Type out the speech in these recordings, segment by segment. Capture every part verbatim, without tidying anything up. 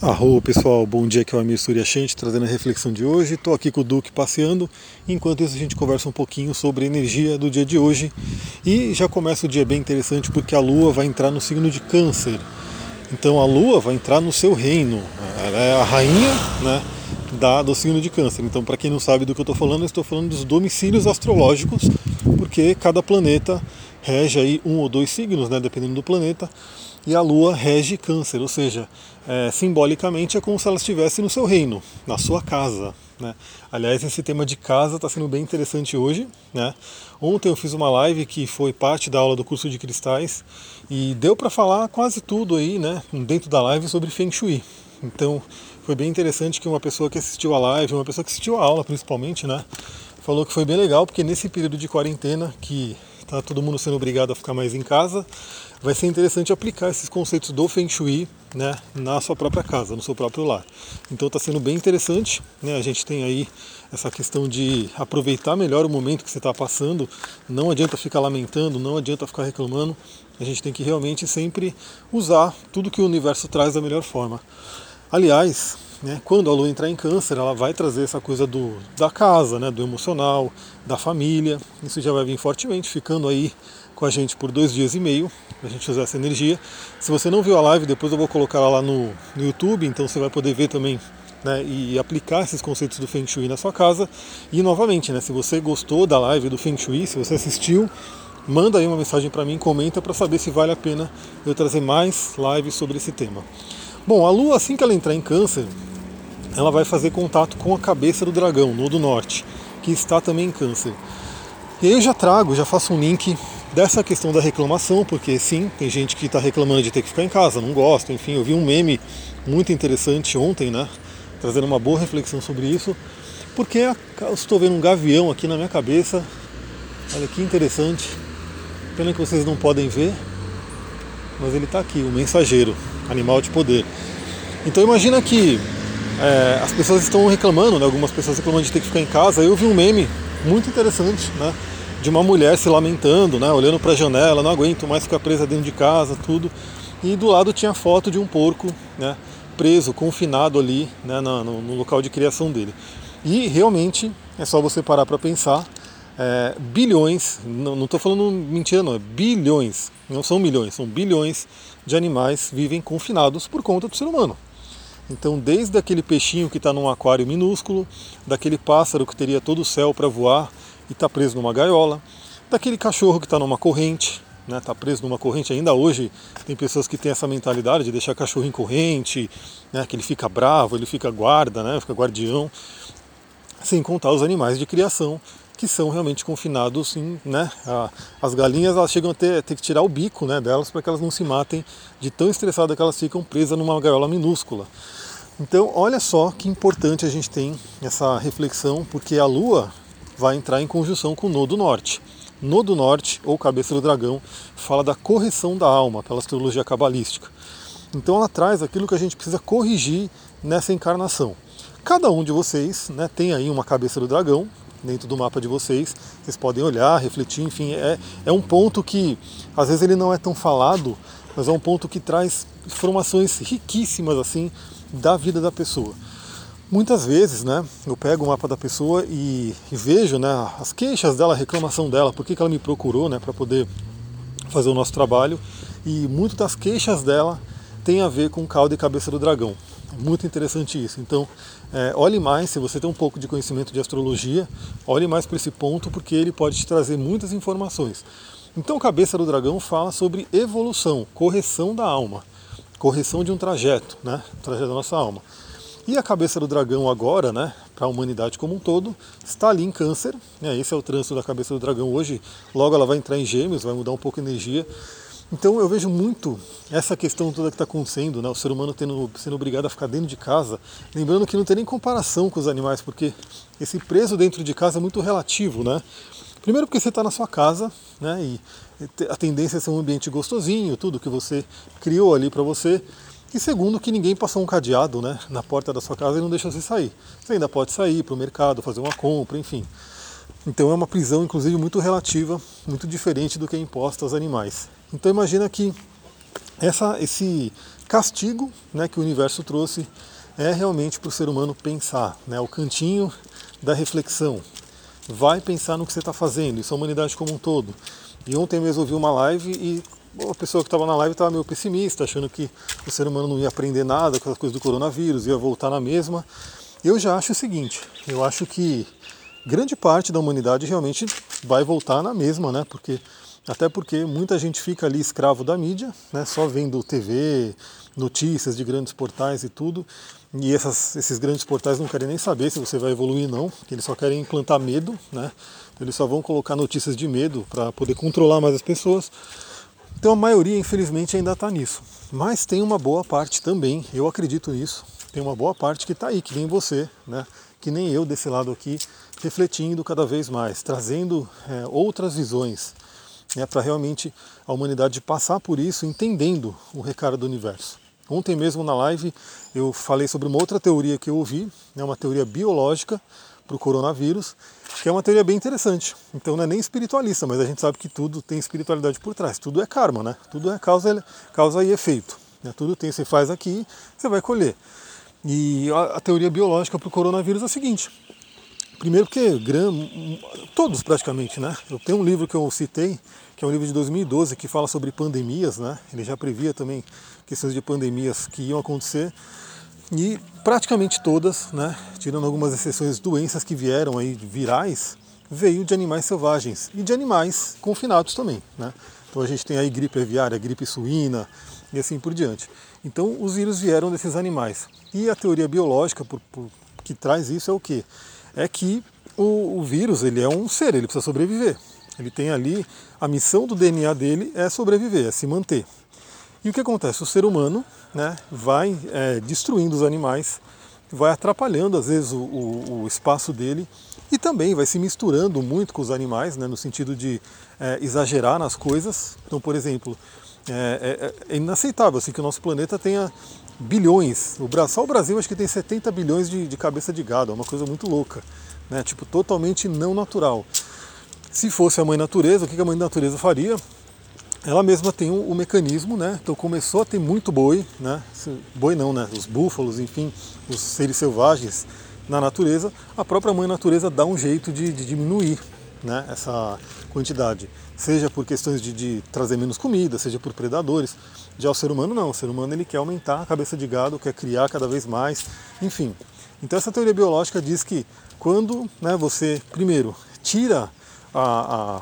Arro pessoal, bom dia, aqui é o Amir Suryashanti trazendo a reflexão de hoje. Estou aqui com o Duque passeando, enquanto isso a gente conversa um pouquinho sobre a energia do dia de hoje. E já começa o dia bem interessante porque a Lua vai entrar no signo de Câncer. Então a Lua vai entrar no seu reino, ela é a rainha, né, da, do signo de Câncer. Então, para quem não sabe do que eu estou falando, eu estou falando dos domicílios astrológicos, porque cada planeta rege aí um ou dois signos, né, dependendo do planeta. E a Lua rege Câncer, ou seja, é, simbolicamente é como se ela estivesse no seu reino, na sua casa, né? Aliás, esse tema de casa está sendo bem interessante hoje, né? Ontem eu fiz uma live que foi parte da aula do curso de cristais e deu para falar quase tudo aí, né, dentro da live sobre Feng Shui. Então foi bem interessante que uma pessoa que assistiu a live, uma pessoa que assistiu a aula principalmente, né, falou que foi bem legal, porque nesse período de quarentena que tá todo mundo sendo obrigado a ficar mais em casa, vai ser interessante aplicar esses conceitos do Feng Shui, né, na sua própria casa, no seu próprio lar. Então está sendo bem interessante, né? A gente tem aí essa questão de aproveitar melhor o momento que você está passando. Não adianta ficar lamentando, não adianta ficar reclamando. A gente tem que realmente sempre usar tudo que o universo traz da melhor forma. Aliás, né, quando a Lua entrar em Câncer, ela vai trazer essa coisa do, da casa, né, do emocional, da família. Isso já vai vir fortemente, ficando aí com a gente por dois dias e meio, para a gente usar essa energia. Se você não viu a live, depois eu vou colocar ela lá no, no YouTube, então você vai poder ver também, né, e aplicar esses conceitos do Feng Shui na sua casa. E novamente, né, se você gostou da live do Feng Shui, se você assistiu, manda aí uma mensagem para mim, comenta para saber se vale a pena eu trazer mais lives sobre esse tema. Bom, a Lua, assim que ela entrar em Câncer, ela vai fazer contato com a cabeça do dragão, no do norte, que está também em Câncer. E aí eu já trago, já faço um link dessa questão da reclamação, porque sim, tem gente que está reclamando de ter que ficar em casa, não gosta, enfim, eu vi um meme muito interessante ontem, né, trazendo uma boa reflexão sobre isso, porque eu estou vendo um gavião aqui na minha cabeça, olha que interessante, pena que vocês não podem ver, mas ele está aqui, o mensageiro, animal de poder. Então imagina que é, as pessoas estão reclamando, né, algumas pessoas reclamando de ter que ficar em casa. Eu vi um meme muito interessante, né, de uma mulher se lamentando, né, olhando para a janela, não aguento mais ficar presa dentro de casa, tudo. E do lado tinha a foto de um porco, né, preso, confinado ali, né, no, no local de criação dele. E realmente é só você parar para pensar. É, bilhões, não estou falando mentira não, é bilhões, não são milhões, são bilhões de animais vivem confinados por conta do ser humano. Então, desde aquele peixinho que está num aquário minúsculo, daquele pássaro que teria todo o céu para voar e está preso numa gaiola, daquele cachorro que está numa corrente, né, está preso numa corrente. Ainda hoje tem pessoas que têm essa mentalidade de deixar cachorro em corrente, né, que ele fica bravo, ele fica guarda, né, fica guardião, sem contar os animais de criação, que são realmente confinados em, né, a, as galinhas elas chegam a ter, ter que tirar o bico, né, delas para que elas não se matem de tão estressadas que elas ficam presas numa gaiola minúscula. Então olha só que importante a gente tem essa reflexão, porque a Lua vai entrar em conjunção com o Nodo Norte. Nodo Norte, ou Cabeça do Dragão, fala da correção da alma, pela astrologia cabalística. Então ela traz aquilo que a gente precisa corrigir nessa encarnação. Cada um de vocês, né, tem aí uma Cabeça do Dragão dentro do mapa de vocês, vocês podem olhar, refletir, enfim, é, é um ponto que às vezes ele não é tão falado, mas é um ponto que traz informações riquíssimas assim da vida da pessoa. Muitas vezes, né, eu pego o mapa da pessoa e, e vejo, né, as queixas dela, a reclamação dela, por que, que ela me procurou, né, para poder fazer o nosso trabalho, e muito das queixas dela tem a ver com cauda e cabeça do dragão. É muito interessante isso. Então, é, olhe mais, se você tem um pouco de conhecimento de astrologia, olhe mais para esse ponto, porque ele pode te trazer muitas informações. Então, Cabeça do Dragão fala sobre evolução, correção da alma, correção de um trajeto, né, trajeto da nossa alma. E a Cabeça do Dragão agora, né, para a humanidade como um todo, está ali em Câncer, né, esse é o trânsito da Cabeça do Dragão hoje, logo ela vai entrar em Gêmeos, vai mudar um pouco a energia. Então eu vejo muito essa questão toda que está acontecendo, né, o ser humano tendo, sendo obrigado a ficar dentro de casa, lembrando que não tem nem comparação com os animais, porque esse preso dentro de casa é muito relativo, né? Primeiro porque você está na sua casa, né, e a tendência é ser um ambiente gostosinho, tudo que você criou ali para você. E segundo que ninguém passou um cadeado, né, na porta da sua casa e não deixa você sair. Você ainda pode sair para o mercado, fazer uma compra, enfim. Então é uma prisão, inclusive, muito relativa, muito diferente do que é imposta aos animais. Então imagina que essa, esse castigo, né, que o universo trouxe é realmente para o ser humano pensar, né, o cantinho da reflexão. Vai pensar no que você está fazendo, isso é a humanidade como um todo. E ontem mesmo eu vi uma live e a pessoa que estava na live estava meio pessimista, achando que o ser humano não ia aprender nada com as coisas do coronavírus, ia voltar na mesma. Eu já acho o seguinte, eu acho que grande parte da humanidade realmente vai voltar na mesma, né? Porque, até porque muita gente fica ali escravo da mídia, né? Só vendo T V, notícias de grandes portais e tudo. E essas, esses grandes portais não querem nem saber se você vai evoluir ou não, que eles só querem implantar medo, né? Eles só vão colocar notícias de medo para poder controlar mais as pessoas. Então a maioria, infelizmente, ainda está nisso. Mas tem uma boa parte também, eu acredito nisso, tem uma boa parte que está aí, que nem você, né? Que nem eu desse lado aqui, refletindo cada vez mais, trazendo é, outras visões, né, para realmente a humanidade passar por isso, entendendo o recado do universo. Ontem mesmo na live eu falei sobre uma outra teoria que eu ouvi, né, uma teoria biológica para o coronavírus, que é uma teoria bem interessante. Então não é nem espiritualista, mas a gente sabe que tudo tem espiritualidade por trás, tudo é karma, né? Tudo é causa, causa e efeito. Né? Tudo tem, você faz aqui, você vai colher. E a, a teoria biológica para o coronavírus é a seguinte. Primeiro porque todos praticamente, né? Eu tenho um livro que eu citei, que é um livro de dois mil e doze, que fala sobre pandemias, né? Ele já previa também questões de pandemias que iam acontecer. E praticamente todas, né, tirando algumas exceções, doenças que vieram aí virais, veio de animais selvagens e de animais confinados também, né? Então a gente tem aí gripe aviária, gripe suína e assim por diante. Então os vírus vieram desses animais. E a teoria biológica por, por, que traz isso é o quê? É que o, o vírus ele é um ser, ele precisa sobreviver. Ele tem ali, a missão do D N A dele é sobreviver, é se manter. E o que acontece? O ser humano, né, vai é, destruindo os animais, vai atrapalhando às vezes o, o, o espaço dele e também vai se misturando muito com os animais, né, no sentido de é, exagerar nas coisas. Então, por exemplo, é, é, é inaceitável assim, que o nosso planeta tenha bilhões. O Brasil, só o Brasil acho que tem setenta bilhões de, de cabeça de gado, é uma coisa muito louca, né, tipo, totalmente não natural. Se fosse a mãe natureza, o que a mãe natureza faria? Ela mesma tem o, o mecanismo, né? Então começou a ter muito boi, né? Boi não, né? Os búfalos, enfim, os seres selvagens na natureza. A própria mãe natureza dá um jeito de, de diminuir, né, essa quantidade. Seja por questões de, de trazer menos comida, seja por predadores. Já o ser humano não. O ser humano ele quer aumentar a cabeça de gado, quer criar cada vez mais, enfim. Então essa teoria biológica diz que quando, né, você, primeiro, tira a, a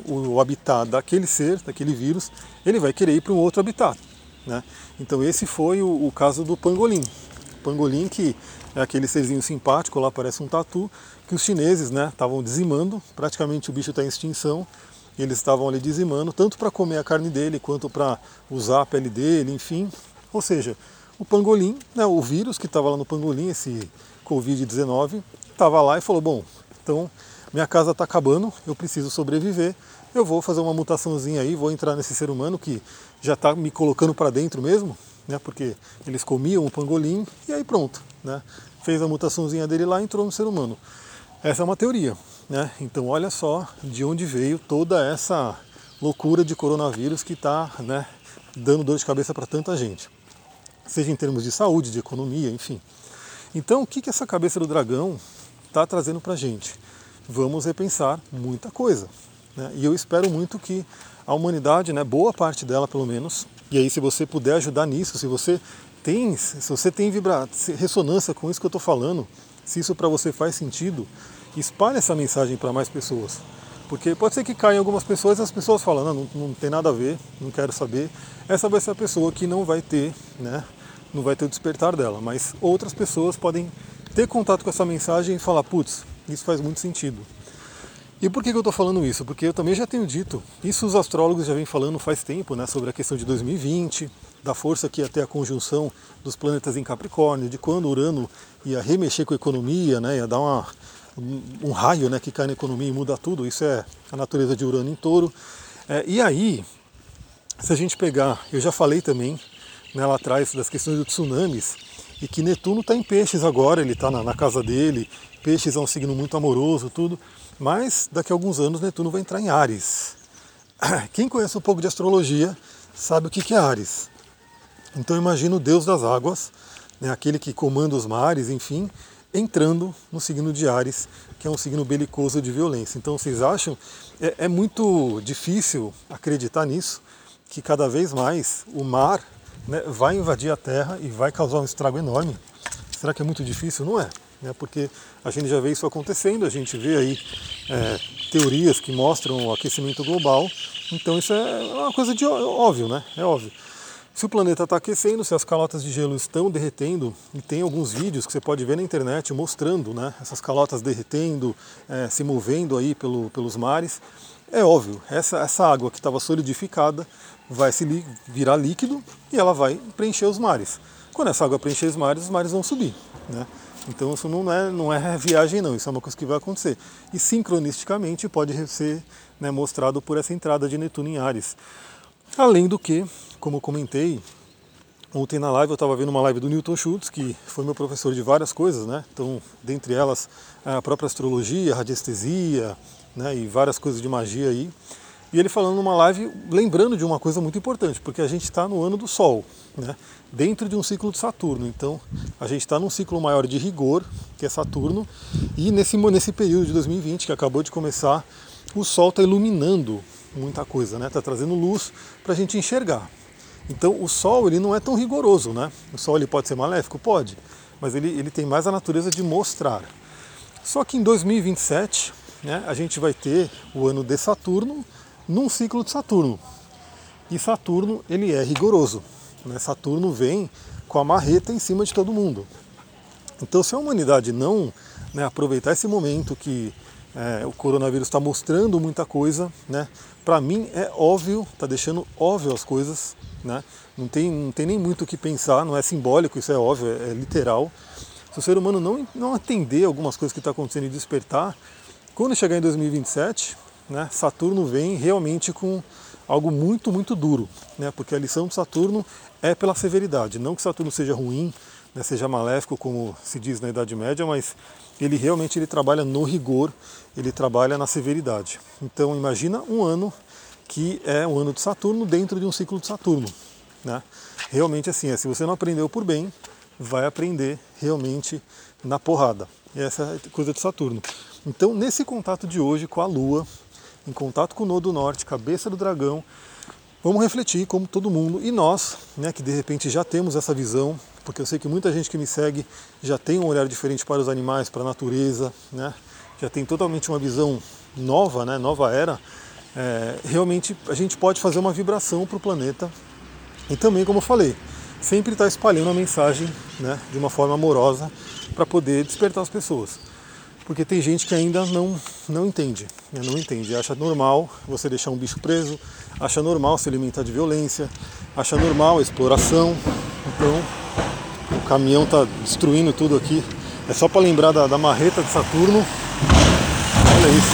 o habitat daquele ser, daquele vírus, ele vai querer ir para um outro habitat, né? Então esse foi o, o caso do pangolim. O pangolim, que é aquele serzinho simpático, lá parece um tatu, que os chineses, né, estavam dizimando, praticamente o bicho está em extinção, e eles estavam ali dizimando, tanto para comer a carne dele, quanto para usar a pele dele, enfim. Ou seja, o pangolim, né, o vírus que estava lá no pangolim, esse covid dezenove, estava lá e falou, bom, então minha casa está acabando, eu preciso sobreviver, eu vou fazer uma mutaçãozinha aí, vou entrar nesse ser humano que já está me colocando para dentro mesmo, né, porque eles comiam o pangolim, e aí pronto, né, fez a mutaçãozinha dele lá e entrou no ser humano. Essa é uma teoria, né? Então olha só de onde veio toda essa loucura de coronavírus que está, né, dando dor de cabeça para tanta gente, seja em termos de saúde, de economia, enfim. Então o que, que essa cabeça do dragão está trazendo para a gente? Vamos repensar muita coisa, né? E eu espero muito que a humanidade, né, boa parte dela pelo menos, e aí se você puder ajudar nisso, se você tem, se você tem vibra, ressonância com isso que eu estou falando, se isso para você faz sentido, espalhe essa mensagem para mais pessoas. Porque pode ser que caia em algumas pessoas e as pessoas falam, não, não, não tem nada a ver, não quero saber. Essa vai ser a pessoa que não vai ter, né, não vai ter o despertar dela, mas outras pessoas podem ter contato com essa mensagem e falar, putz, isso faz muito sentido. E por que eu estou falando isso? Porque eu também já tenho dito, isso os astrólogos já vêm falando faz tempo, né, sobre a questão de dois mil e vinte, da força que ia ter a conjunção dos planetas em Capricórnio, de quando Urano ia remexer com a economia, né, ia dar uma, um, um raio, né, que cai na economia e muda tudo, isso é a natureza de Urano em Touro. É, e aí, se a gente pegar, eu já falei também, né, lá atrás das questões dos tsunamis, e que Netuno está em Peixes agora, ele está na, na casa dele, Peixes é um signo muito amoroso, tudo, mas daqui a alguns anos Netuno vai entrar em Áries. Quem conhece um pouco de astrologia sabe o que é Áries. Então imagina o deus das águas, né, aquele que comanda os mares, enfim, entrando no signo de Áries, que é um signo belicoso de violência. Então vocês acham, é, é muito difícil acreditar nisso, que cada vez mais o mar, né, vai invadir a Terra e vai causar um estrago enorme. Será que é muito difícil? Não é, né, porque a gente já vê isso acontecendo, a gente vê aí é, teorias que mostram o aquecimento global, então isso é uma coisa de óbvio, né? É óbvio. Se o planeta está aquecendo, se as calotas de gelo estão derretendo, e tem alguns vídeos que você pode ver na internet mostrando, né, essas calotas derretendo, é, se movendo aí pelo, pelos mares, é óbvio, essa, essa água que estava solidificada vai se li, virar líquido e ela vai preencher os mares. Quando essa água preencher os mares, os mares vão subir, né? Então isso não é, não é viagem não, isso é uma coisa que vai acontecer. E sincronisticamente pode ser, né, mostrado por essa entrada de Netuno em Áries. Além do que, como eu comentei, ontem na live eu estava vendo uma live do Newton Schultz, que foi meu professor de várias coisas, né? Então, dentre elas, a própria astrologia, radiestesia, né, e várias coisas de magia aí. E ele falando numa live, lembrando de uma coisa muito importante, porque a gente está no ano do Sol, né, dentro de um ciclo de Saturno. Então, a gente está num ciclo maior de rigor, que é Saturno, e nesse, nesse período de dois mil e vinte, que acabou de começar, o Sol está iluminando muita coisa, né? Está trazendo luz para a gente enxergar. Então o Sol ele não é tão rigoroso, né? O Sol ele pode ser maléfico? Pode, mas ele, ele tem mais a natureza de mostrar. Só que em dois mil e vinte e sete, né, a gente vai ter o ano de Saturno num ciclo de Saturno. E Saturno ele é rigoroso, né? Saturno vem com a marreta em cima de todo mundo. Então se a humanidade não, né, aproveitar esse momento que é, o coronavírus está mostrando muita coisa, né? Para mim é óbvio, está deixando óbvio as coisas, né? Não tem, não tem nem muito o que pensar, não é simbólico, isso é óbvio, é, é literal. Se o ser humano não, não atender algumas coisas que está acontecendo e despertar, quando chegar em dois mil e vinte e sete, né, Saturno vem realmente com algo muito, muito duro, né? Porque a lição de Saturno é pela severidade, não que Saturno seja ruim, né, seja maléfico, como se diz na Idade Média, mas ele realmente ele trabalha no rigor, ele trabalha na severidade. Então imagina um ano que é um ano de Saturno dentro de um ciclo de Saturno, né? Realmente assim, é, se você não aprendeu por bem, vai aprender realmente na porrada. E essa é a coisa de Saturno. Então nesse contato de hoje com a Lua, em contato com o Nodo Norte, cabeça do dragão, vamos refletir como todo mundo, e nós, né, que de repente já temos essa visão, porque eu sei que muita gente que me segue já tem um olhar diferente para os animais, para a natureza, né, já tem totalmente uma visão nova, né, nova era, é, realmente a gente pode fazer uma vibração para o planeta e também, como eu falei, sempre estar espalhando a mensagem, né, de uma forma amorosa para poder despertar as pessoas. Porque tem gente que ainda não, não entende, né? não entende, acha normal você deixar um bicho preso, acha normal se alimentar de violência, acha normal a exploração. Então o caminhão está destruindo tudo aqui. É só para lembrar da, da marreta de Saturno. Olha isso.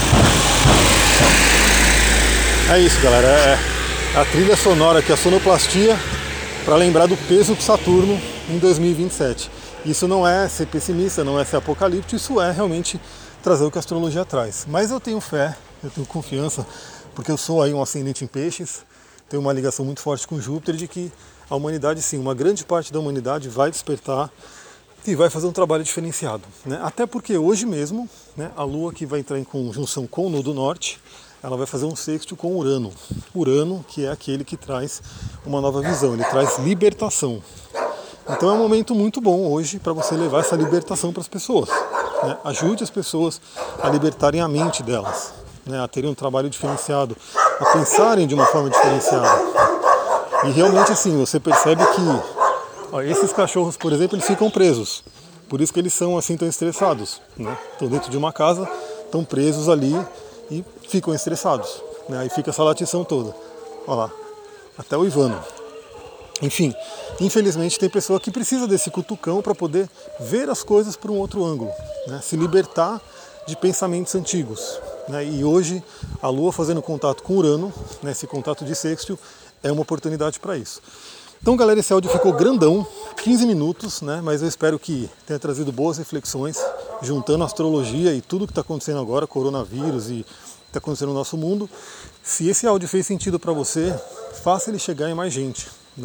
É isso, galera. É a trilha sonora aqui, a sonoplastia, para lembrar do peso de Saturno em dois mil e vinte e sete. Isso não é ser pessimista, não é ser apocalíptico, isso é realmente trazer o que a astrologia traz. Mas eu tenho fé, eu tenho confiança, porque eu sou aí um ascendente em peixes, tenho uma ligação muito forte com Júpiter, de que a humanidade, sim, uma grande parte da humanidade vai despertar e vai fazer um trabalho diferenciado, né? Até porque hoje mesmo, né, a Lua, que vai entrar em conjunção com o Nodo Norte, ela vai fazer um sexto com Urano. Urano, que é aquele que traz uma nova visão, ele traz libertação. Então é um momento muito bom hoje para você levar essa libertação para as pessoas, né? Ajude as pessoas a libertarem a mente delas, né? A terem um trabalho diferenciado, a pensarem de uma forma diferenciada. E realmente assim, você percebe que ó, esses cachorros, por exemplo, eles ficam presos. Por isso que eles são assim tão estressados, né? Estão dentro de uma casa, estão presos ali e ficam estressados, né? Aí fica essa latição toda. Olha lá, até o Ivano. Enfim, infelizmente tem pessoa que precisa desse cutucão para poder ver as coisas por um outro ângulo, né? Se libertar de pensamentos antigos, né? E hoje a Lua fazendo contato com Urano, né, esse contato de sextil, é uma oportunidade para isso. Então, galera, esse áudio ficou grandão, quinze minutos, né? Mas eu espero que tenha trazido boas reflexões, juntando a astrologia e tudo que está acontecendo agora, coronavírus e está acontecendo no nosso mundo. Se esse áudio fez sentido para você, faça ele chegar em mais gente, né?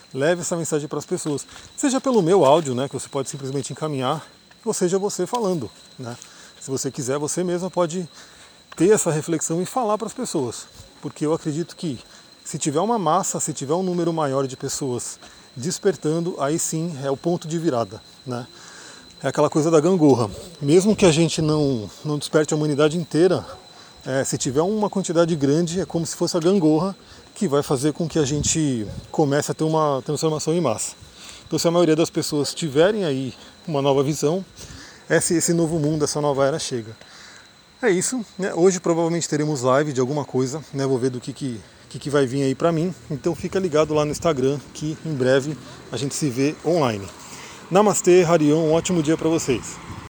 leve essa mensagem para as pessoas. Seja pelo meu áudio, né, que você pode simplesmente encaminhar, ou seja você falando, né? Se você quiser, você mesmo pode ter essa reflexão e falar para as pessoas. Porque eu acredito que se tiver uma massa, se tiver um número maior de pessoas despertando, aí sim é o ponto de virada, né? É aquela coisa da gangorra. Mesmo que a gente não, não desperte a humanidade inteira, é, se tiver uma quantidade grande, é como se fosse a gangorra que vai fazer com que a gente comece a ter uma transformação em massa. Então, se a maioria das pessoas tiverem aí uma nova visão, esse, esse novo mundo, essa nova era chega. É isso, né? Hoje provavelmente teremos live de alguma coisa, né? Vou ver do que, que, que, que vai vir aí pra mim. Então fica ligado lá no Instagram que em breve a gente se vê online. Namastê, Harion, um ótimo dia para vocês.